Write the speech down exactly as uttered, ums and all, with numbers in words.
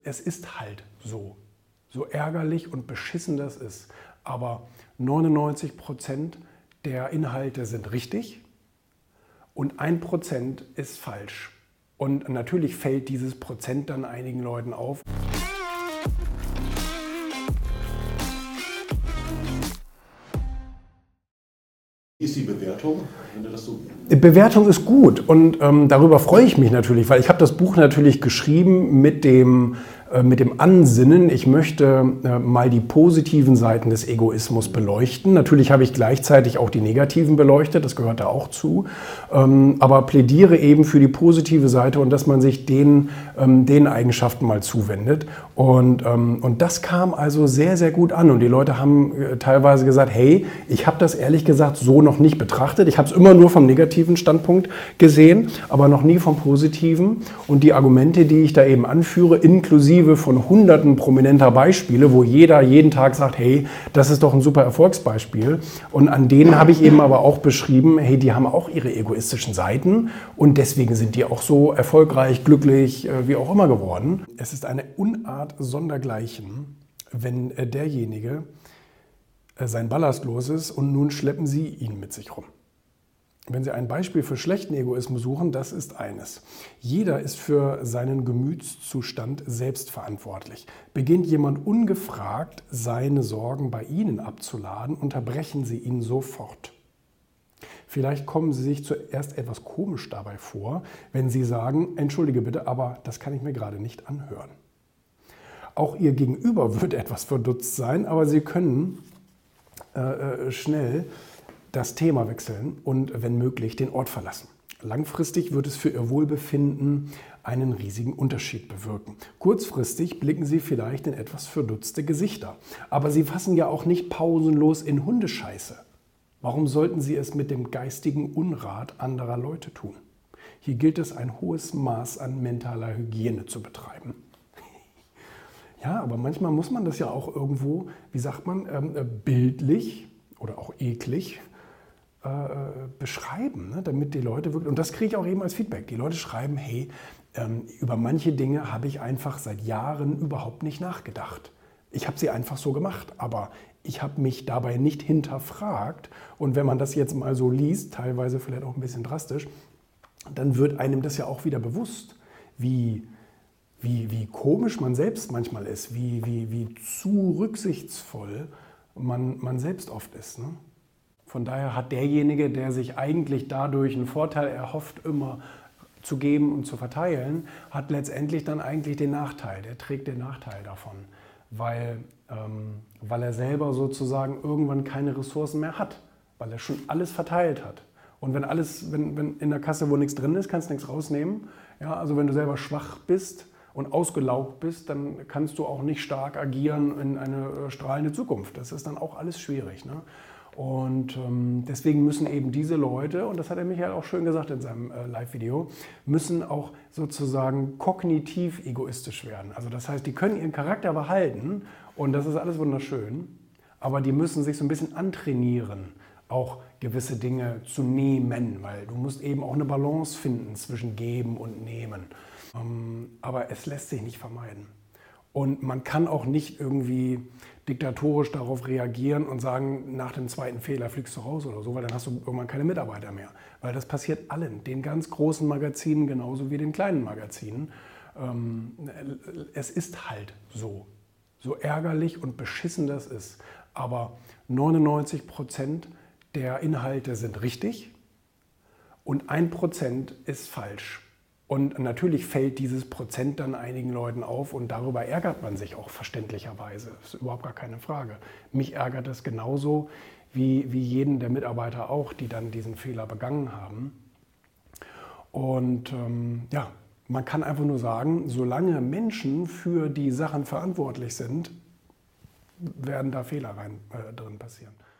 Es ist halt so, so ärgerlich und beschissen das ist. Aber neunundneunzig Prozent der Inhalte sind richtig und ein Prozent ist falsch. Und natürlich fällt dieses Prozent dann einigen Leuten auf. Wie ist die Bewertung? Wenn du das so Die Bewertung ist gut und ähm, darüber freue ich mich natürlich, weil ich habe das Buch natürlich geschrieben mit dem, äh, mit dem Ansinnen, ich möchte äh, mal die positiven Seiten des Egoismus beleuchten. Natürlich habe ich gleichzeitig auch die negativen beleuchtet, das gehört da auch zu, ähm, aber plädiere eben für die positive Seite und dass man sich den, ähm, den Eigenschaften mal zuwendet. Und, ähm, und das kam also sehr, sehr gut an und die Leute haben äh, teilweise gesagt, hey, ich habe das ehrlich gesagt so noch nicht betrachtet. Ich habe es immer nur vom negativen Standpunkt gesehen, aber noch nie vom positiven. Und die Argumente, die ich da eben anführe, inklusive von hunderten prominenter Beispiele, wo jeder jeden Tag sagt, hey, das ist doch ein super Erfolgsbeispiel. Und an denen habe ich eben aber auch beschrieben, hey, die haben auch ihre egoistischen Seiten und deswegen sind die auch so erfolgreich, glücklich, wie auch immer geworden. Es ist eine Unart sondergleichen, wenn derjenige sein Ballast los ist und nun schleppen Sie ihn mit sich rum. Wenn Sie ein Beispiel für schlechten Egoismus suchen, das ist eines. Jeder ist für seinen Gemütszustand selbst verantwortlich. Beginnt jemand ungefragt, seine Sorgen bei Ihnen abzuladen, unterbrechen Sie ihn sofort. Vielleicht kommen Sie sich zuerst etwas komisch dabei vor, wenn Sie sagen, entschuldige bitte, aber das kann ich mir gerade nicht anhören. Auch Ihr Gegenüber wird etwas verdutzt sein, aber Sie können äh, schnell das Thema wechseln und wenn möglich den Ort verlassen. Langfristig wird es für Ihr Wohlbefinden einen riesigen Unterschied bewirken. Kurzfristig blicken Sie vielleicht in etwas verdutzte Gesichter, aber Sie fassen ja auch nicht pausenlos in Hundescheiße. Warum sollten Sie es mit dem geistigen Unrat anderer Leute tun? Hier gilt es, ein hohes Maß an mentaler Hygiene zu betreiben. Ja, aber manchmal muss man das ja auch irgendwo, wie sagt man, ähm, bildlich oder auch eklig äh, beschreiben, ne? Damit die Leute wirklich, und das kriege ich auch eben als Feedback, die Leute schreiben, hey, ähm, über manche Dinge habe ich einfach seit Jahren überhaupt nicht nachgedacht. Ich habe sie einfach so gemacht, aber ich habe mich dabei nicht hinterfragt. Und wenn man das jetzt mal so liest, teilweise vielleicht auch ein bisschen drastisch, dann wird einem das ja auch wieder bewusst, wie Wie, wie komisch man selbst manchmal ist, wie, wie, wie zu rücksichtsvoll man, man selbst oft ist. Ne? Von daher hat derjenige, der sich eigentlich dadurch einen Vorteil erhofft, immer zu geben und zu verteilen, hat letztendlich dann eigentlich den Nachteil. Der trägt den Nachteil davon, weil, ähm, weil er selber sozusagen irgendwann keine Ressourcen mehr hat, weil er schon alles verteilt hat. Und wenn, alles, wenn, wenn in der Kasse, wo nichts drin ist, kannst du nichts rausnehmen. Ja, also wenn du selber schwach bist und ausgelaugt bist, dann kannst du auch nicht stark agieren in eine strahlende Zukunft. Das ist dann auch alles schwierig. Ne? Und ähm, deswegen müssen eben diese Leute, und das hat der Michael auch schön gesagt in seinem äh, Live-Video, müssen auch sozusagen kognitiv egoistisch werden. Also das heißt, die können ihren Charakter behalten und das ist alles wunderschön, aber die müssen sich so ein bisschen antrainieren, auch gewisse Dinge zu nehmen, weil du musst eben auch eine Balance finden zwischen Geben und Nehmen. Aber es lässt sich nicht vermeiden. Und man kann auch nicht irgendwie diktatorisch darauf reagieren und sagen, nach dem zweiten Fehler fliegst du raus oder so, weil dann hast du irgendwann keine Mitarbeiter mehr. Weil das passiert allen, den ganz großen Magazinen genauso wie den kleinen Magazinen. Es ist halt so, so ärgerlich und beschissen das ist. Aber neunundneunzig Prozent der Inhalte sind richtig und ein Prozent ist falsch. Und natürlich fällt dieses Prozent dann einigen Leuten auf und darüber ärgert man sich auch verständlicherweise. Das ist überhaupt gar keine Frage. Mich ärgert es genauso wie, wie jeden der Mitarbeiter auch, die dann diesen Fehler begangen haben. Und ähm, ja, man kann einfach nur sagen, solange Menschen für die Sachen verantwortlich sind, werden da Fehler rein, äh, drin passieren.